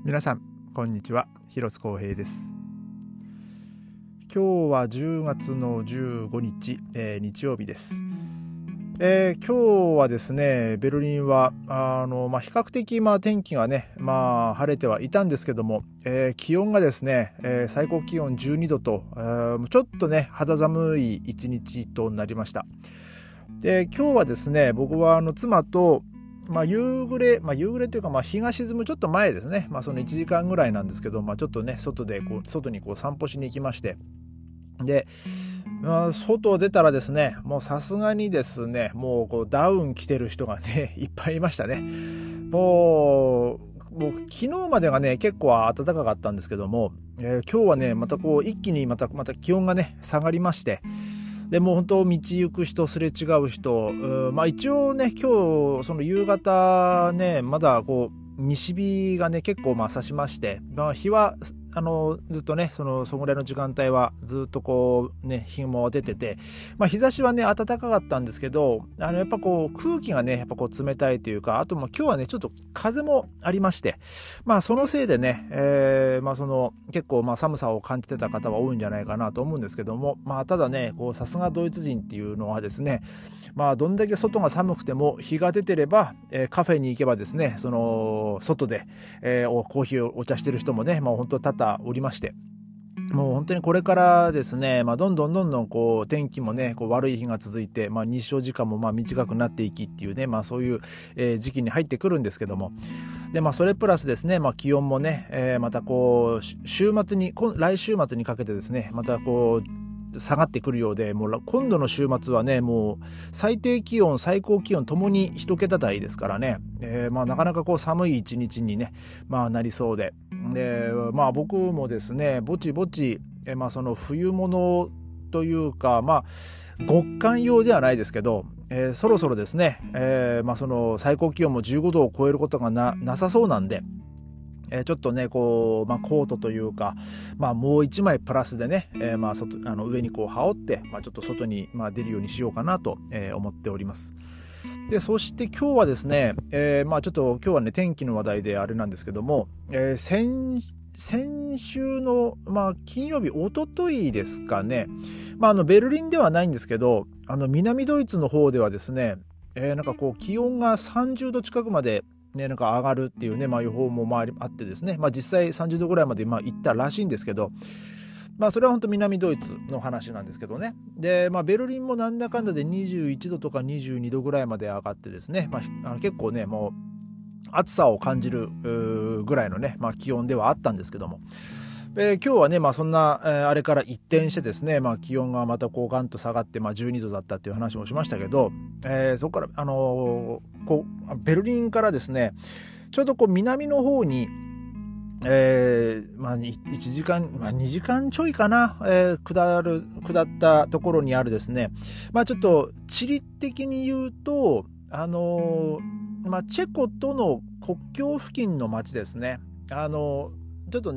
皆さんこんにちは、広津光平です。今日は10月の15日、日曜日です。今日はですね、ベルリンは比較的天気がね、晴れてはいたんですけども、気温がですね、最高気温12度と、ちょっとね肌寒い一日となりました。で、今日はですね、僕は妻と夕暮れというか、日が沈むちょっと前ですね、その1時間ぐらいなんですけど、ちょっとね外に散歩しに行きまして、で、外出たらですね、もうさすがにですね、もうダウン着てる人がねいっぱいいましたね。もう昨日までがね結構暖かかったんですけども、今日はね一気にまた気温がね下がりまして、でもう本当道行く人、すれ違う人、一応ね今日その夕方ねまだ西日がね結構差しまして、日はずっとねそのぐらいの時間帯はずっと日も出てて、日差しはね暖かかったんですけど、やっぱ空気がねやっぱ冷たいというか、あと今日はねちょっと風もありまして、そのせいでね、結構寒さを感じてた方は多いんじゃないかなと思うんですけども、ただねさすがドイツ人っていうのはですね、どんだけ外が寒くても日が出てれば、カフェに行けばですね、その外で、コーヒーをお茶してる人もね本当多々おりまして、もう本当にこれからですね、どんどん天気もね悪い日が続いて、日照時間も短くなっていきっていうね、そういう、時期に入ってくるんですけども、でそれプラスですね、気温もね、また来週末にかけてですね、また下がってくるようで、もう今度の週末はねもう最低気温最高気温ともに一桁台ですからね、なかなか寒い一日にねなりそうで、僕もですねぼちぼち、その冬物というか極寒用ではないですけど、そろそろですね、その最高気温も15度を超えることがなさそうなんで、ちょっとねコートというか、もう一枚プラスでね、上に羽織って、ちょっと外に出るようにしようかなと、思っております。で、そして今日はですね、ちょっと今日はね天気の話題であれなんですけども、先週の、金曜日、一昨日ですかね、ベルリンではないんですけど、南ドイツの方ではですね、気温が30度近くまでね、上がるっていうね、予報もあってですね、実際30度ぐらいまで行ったらしいんですけど、それは本当南ドイツの話なんですけどね。で、ベルリンもなんだかんだで21度とか22度ぐらいまで上がってですね、結構ねもう暑さを感じるぐらいのね、気温ではあったんですけども、今日はねそんな、あれから一転してですね、気温がまたガンと下がって、12度だったっていう話もしましたけど、そこからベルリンからですねちょうど南の方に1時間、2時間ちょいかな、下ったところにあるですね、ちょっと地理的に言うとチェコとの国境付近の町ですね。ちょっと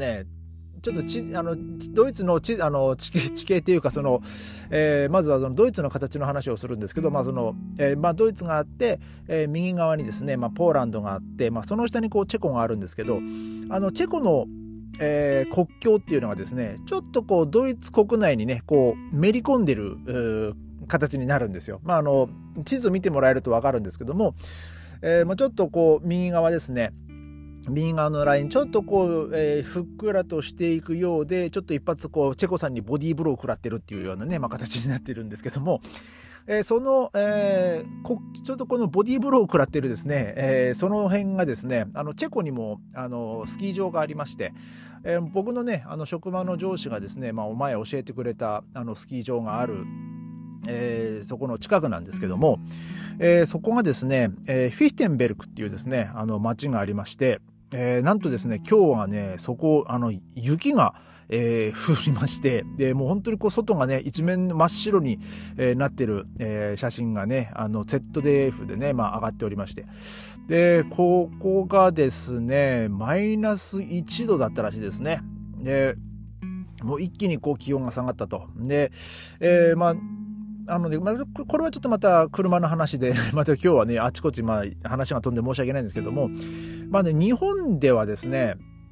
ドイツの地形っていうかまずはそのドイツの形の話をするんですけど、ドイツがあって、右側にですね、ポーランドがあって、その下にチェコがあるんですけど、チェコの、国境っていうのがですねちょっとドイツ国内にねめり込んでる形になるんですよ。地図見てもらえると分かるんですけども、ちょっと右側ですね、右側のラインちょっとふっくらとしていくようで、ちょっと一発チェコさんにボディーブローを食らってるっていうようなね、形になってるんですけども、その、ちょっとこのボディーブローを食らってるですね、その辺がですねチェコにもスキー場がありまして、僕のね職場の上司がですね、お前教えてくれたスキー場があるそこの近くなんですけども、そこがですね、フィヒテンベルクっていうですね町がありまして、なんとですね今日はねそこ雪が、降りまして、でもう本当に外がね一面真っ白に、なってる、写真がねZDF でね上がっておりまして、でここがですねマイナス1度だったらしいですね。でもう一気に気温が下がったと。で、これはちょっとまた車の話でまた今日はねあちこち話が飛んで申し訳ないんですけども、日本ではですね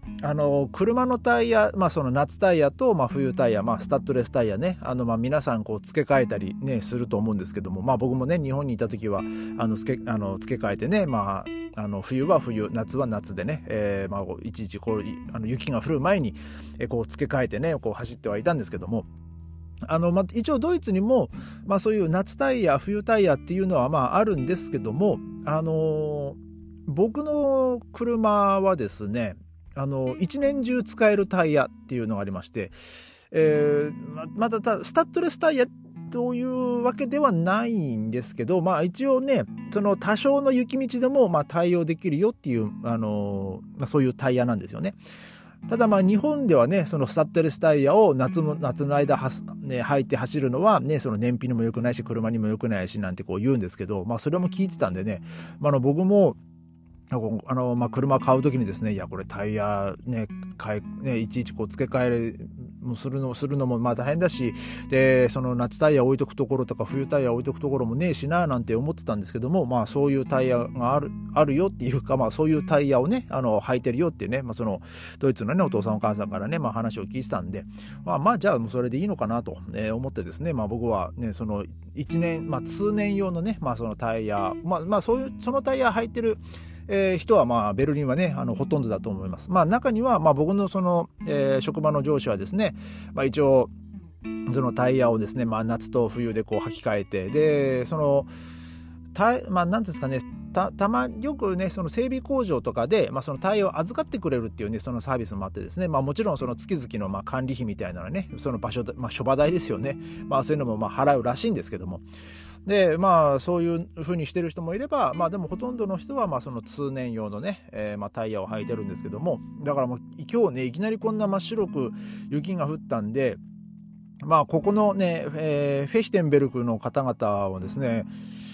車のタイヤ、その夏タイヤと、冬タイヤ、スタッドレスタイヤね、皆さんこう付け替えたりね、すると思うんですけども、僕もね、日本にいた時は、付け替えてね、冬は冬、夏は夏でね、いちいちこう、雪が降る前に、こう付け替えてね、こう走ってはいたんですけども、一応ドイツにも、そういう夏タイヤ、冬タイヤっていうのはあるんですけども、僕の車はですね、一年中使えるタイヤっていうのがありまして、またスタッドレスタイヤというわけではないんですけど、一応ね、その多少の雪道でも対応できるよっていう、そういうタイヤなんですよね。ただ日本ではね、そのスタッドレスタイヤを夏の間履いて走るのはね、その燃費にも良くないし、車にも良くないしなんてこう言うんですけど、それも聞いてたんでね、僕も車買うときにですね、いやこれタイヤね、いちいちこう付け替えするのも大変だし、でその夏タイヤ置いとくところとか冬タイヤ置いとくところもねえしななんて思ってたんですけども、そういうタイヤがあるよっていうか、そういうタイヤをね履いてるよっていうね、そのドイツのねお父さんお母さんからね、話を聞いてたんで、じゃあもうそれでいいのかなと思ってですね、僕はねその1年、通年用のね、そのタイヤ、そういうそのタイヤ履いてる人はベルリンはねほとんどだと思います。中には僕のその、職場の上司はですね、一応そのタイヤをですね、夏と冬でこう履き替えて、でそのなんですかね、よくねその整備工場とかで、そのタイヤを預かってくれるっていうねそのサービスもあってですね、もちろんその月々の管理費みたいなのね、その場所、諸場代ですよね、そういうのも払うらしいんですけども、でそういう風にしてる人もいれば、でもほとんどの人はその通年用のね、タイヤを履いてるんですけども、だからもう今日ねいきなりこんな真っ白く雪が降ったんで、ここのね、フェヒテンベルクの方々はですね、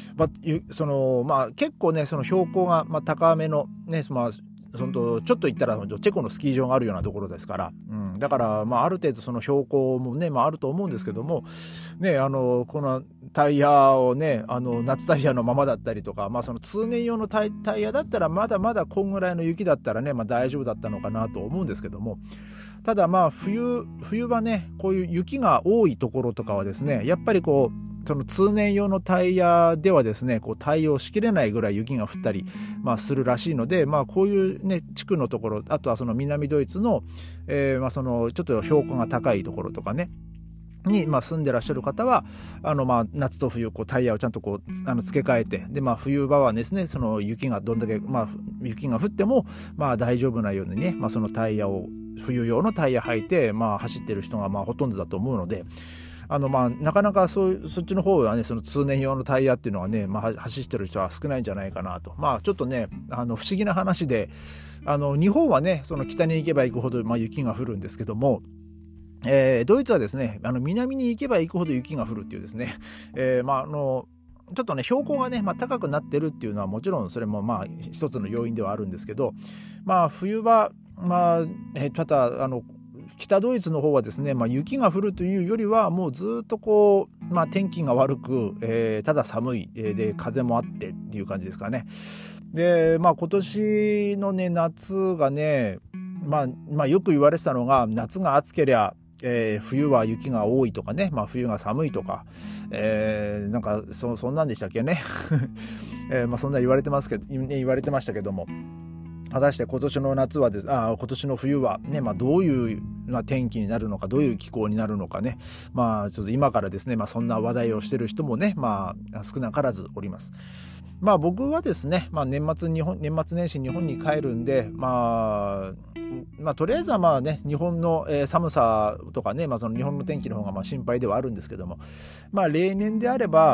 結構ねその標高が高めのね、ちょっと行ったらチェコのスキー場があるようなところですから、だからある程度その標高もね、あると思うんですけどもね、このタイヤをね夏タイヤのままだったりとか、その通年用のタイヤだったらまだまだこんぐらいの雪だったらね、大丈夫だったのかなと思うんですけども、ただ冬はねこういう雪が多いところとかはですね、やっぱりこうその通年用のタイヤではですねこう対応しきれないぐらい雪が降ったり、するらしいので、こういうね地区のところ、あとはその南ドイツの、そのちょっと標高が高いところとかねに、住んでらっしゃる方は夏と冬こうタイヤをちゃんとこう付け替えて、で冬場はですねその雪がどんだけ、雪が降っても大丈夫なようにね、そのタイヤを冬用のタイヤ履いて走ってる人がほとんどだと思うので、なかなかそっちの方はねその通年用のタイヤっていうのはね、走ってる人は少ないんじゃないかなと。ちょっとね不思議な話で、日本はねその北に行けば行くほど雪が降るんですけども、ドイツはですね南に行けば行くほど雪が降るっていうですね、ちょっとね標高がね、高くなってるっていうのはもちろんそれも一つの要因ではあるんですけど、冬場ただ北ドイツの方はですね、雪が降るというよりはもうずっとこう、天気が悪く、ただ寒い、で風もあってっていう感じですかね。で今年のね夏がね、よく言われてたのが、夏が暑けりゃ冬は雪が多いとかね、冬が寒いとか、なんかそんなんでしたっけね、そんな言われてましたけども、果たして今年の夏は今年の冬はね、どういう天気になるのか、どういう気候になるのかね、ちょっと今からですね、そんな話題をしてる人もね、少なからずおります。僕はですね、年末年始日本に帰るんで、とりあえずはね日本の寒さとかね、その日本の天気の方が心配ではあるんですけども、例年であれば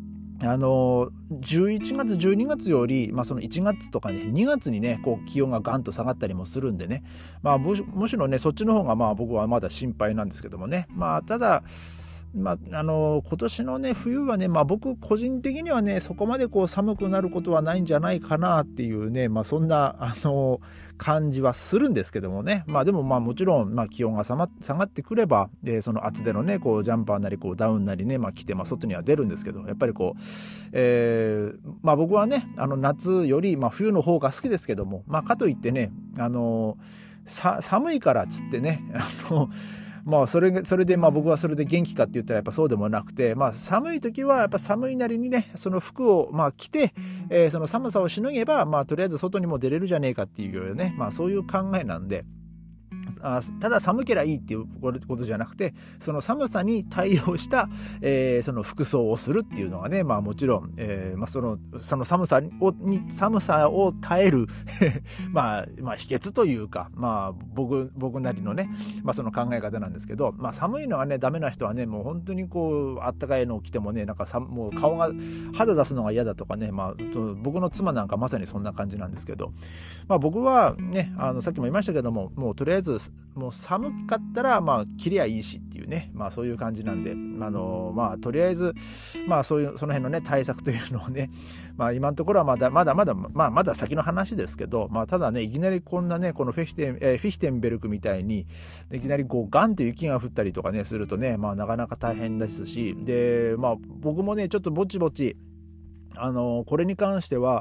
11月12月より、その1月とかね2月にねこう気温がガンと下がったりもするんでね、むしろねそっちの方が僕はまだ心配なんですけどもね、ただ今年のね冬はね、僕個人的にはねそこまでこう寒くなることはないんじゃないかなっていうね、そんな感じはするんですけどもね、でももちろん気温が下がってくれば、その厚手のねこうジャンパーなりこうダウンなりね着て外には出るんですけど、やっぱりこう、僕はね夏より冬の方が好きですけども、かといってね寒いからっつってね、それで僕はそれで元気かって言ったらやっぱそうでもなくて、寒い時はやっぱ寒いなりにね、その服を着て、その寒さをしのげば、とりあえず外にも出れるじゃねえかっていうようなね、そういう考えなんで、ただ寒ければいいっていうことじゃなくて、その寒さに対応した、その服装をするっていうのがね、もちろん、その寒さを耐える秘訣というか、僕なりのね、その考え方なんですけど、寒いのがねダメな人はね、もう本当にあったかいのを着てもね、もう顔が肌出すのが嫌だとかね、僕の妻なんかまさにそんな感じなんですけど、僕はね、さっきも言いましたけども、もうとりあえずもう寒かったら着りゃいいしっていうね、そういう感じなんで、とりあえずその辺のね対策というのをね、今のところはまだ先の話ですけど、ただね、いきなりこんなね、このフィヒテンベルクみたいにいきなりガンと雪が降ったりとかねするとね、なかなか大変ですし、で僕もねちょっとぼちぼちこれに関しては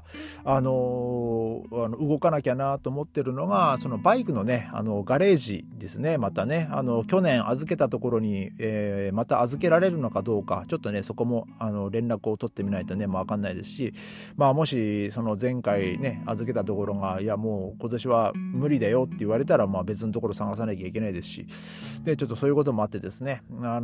動かなきゃなと思ってるのが、そのバイクのねガレージですね。またね去年預けたところに、また預けられるのかどうか、ちょっとねそこも連絡を取ってみないとね分かんないですし、もしその前回ね預けたところが、いやもう今年は無理だよって言われたら、別のところ探さなきゃいけないですし、でちょっとそういうこともあってですね、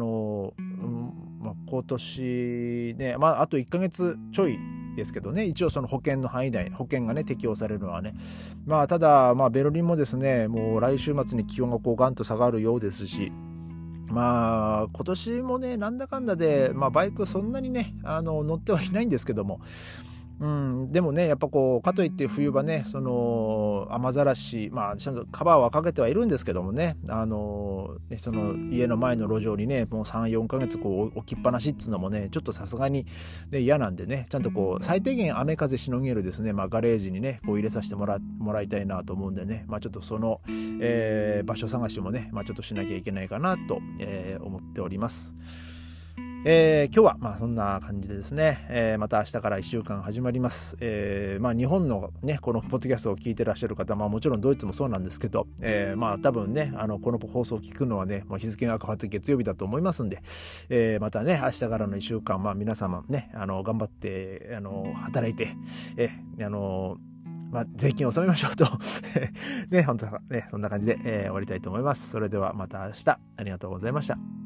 今年ね、あと1ヶ月ちょいですけどね、一応その保険の範囲内、保険がね適用されるのはね、ただベルリンもですね、もう来週末に気温がガンと下がるようですし、今年もねなんだかんだで、バイクそんなにね乗ってはいないんですけども、でもねやっぱかといって冬場ね、その雨ざらし、ちゃんとカバーはかけてはいるんですけどもね、その家の前の路上にねもう 3,4 ヶ月置きっぱなしっていうのもねちょっとさすがに、ね、嫌なんでね、ちゃんと最低限雨風しのげるですね、ガレージにね入れさせてもらいたいなと思うんでね、ちょっとその、場所探しもね、ちょっとしなきゃいけないかなと、思っております。今日はそんな感じでですね、また明日から1週間始まります。日本のねこのポッドキャストを聞いてらっしゃる方、もちろんドイツもそうなんですけど、多分ねこの放送を聞くのはねもう日付が変わって月曜日だと思いますんで、またね明日からの1週間、皆様ね頑張って働いて、税金を納めましょうとね、本当はねそんな感じで、終わりたいと思います。それではまた明日、ありがとうございました。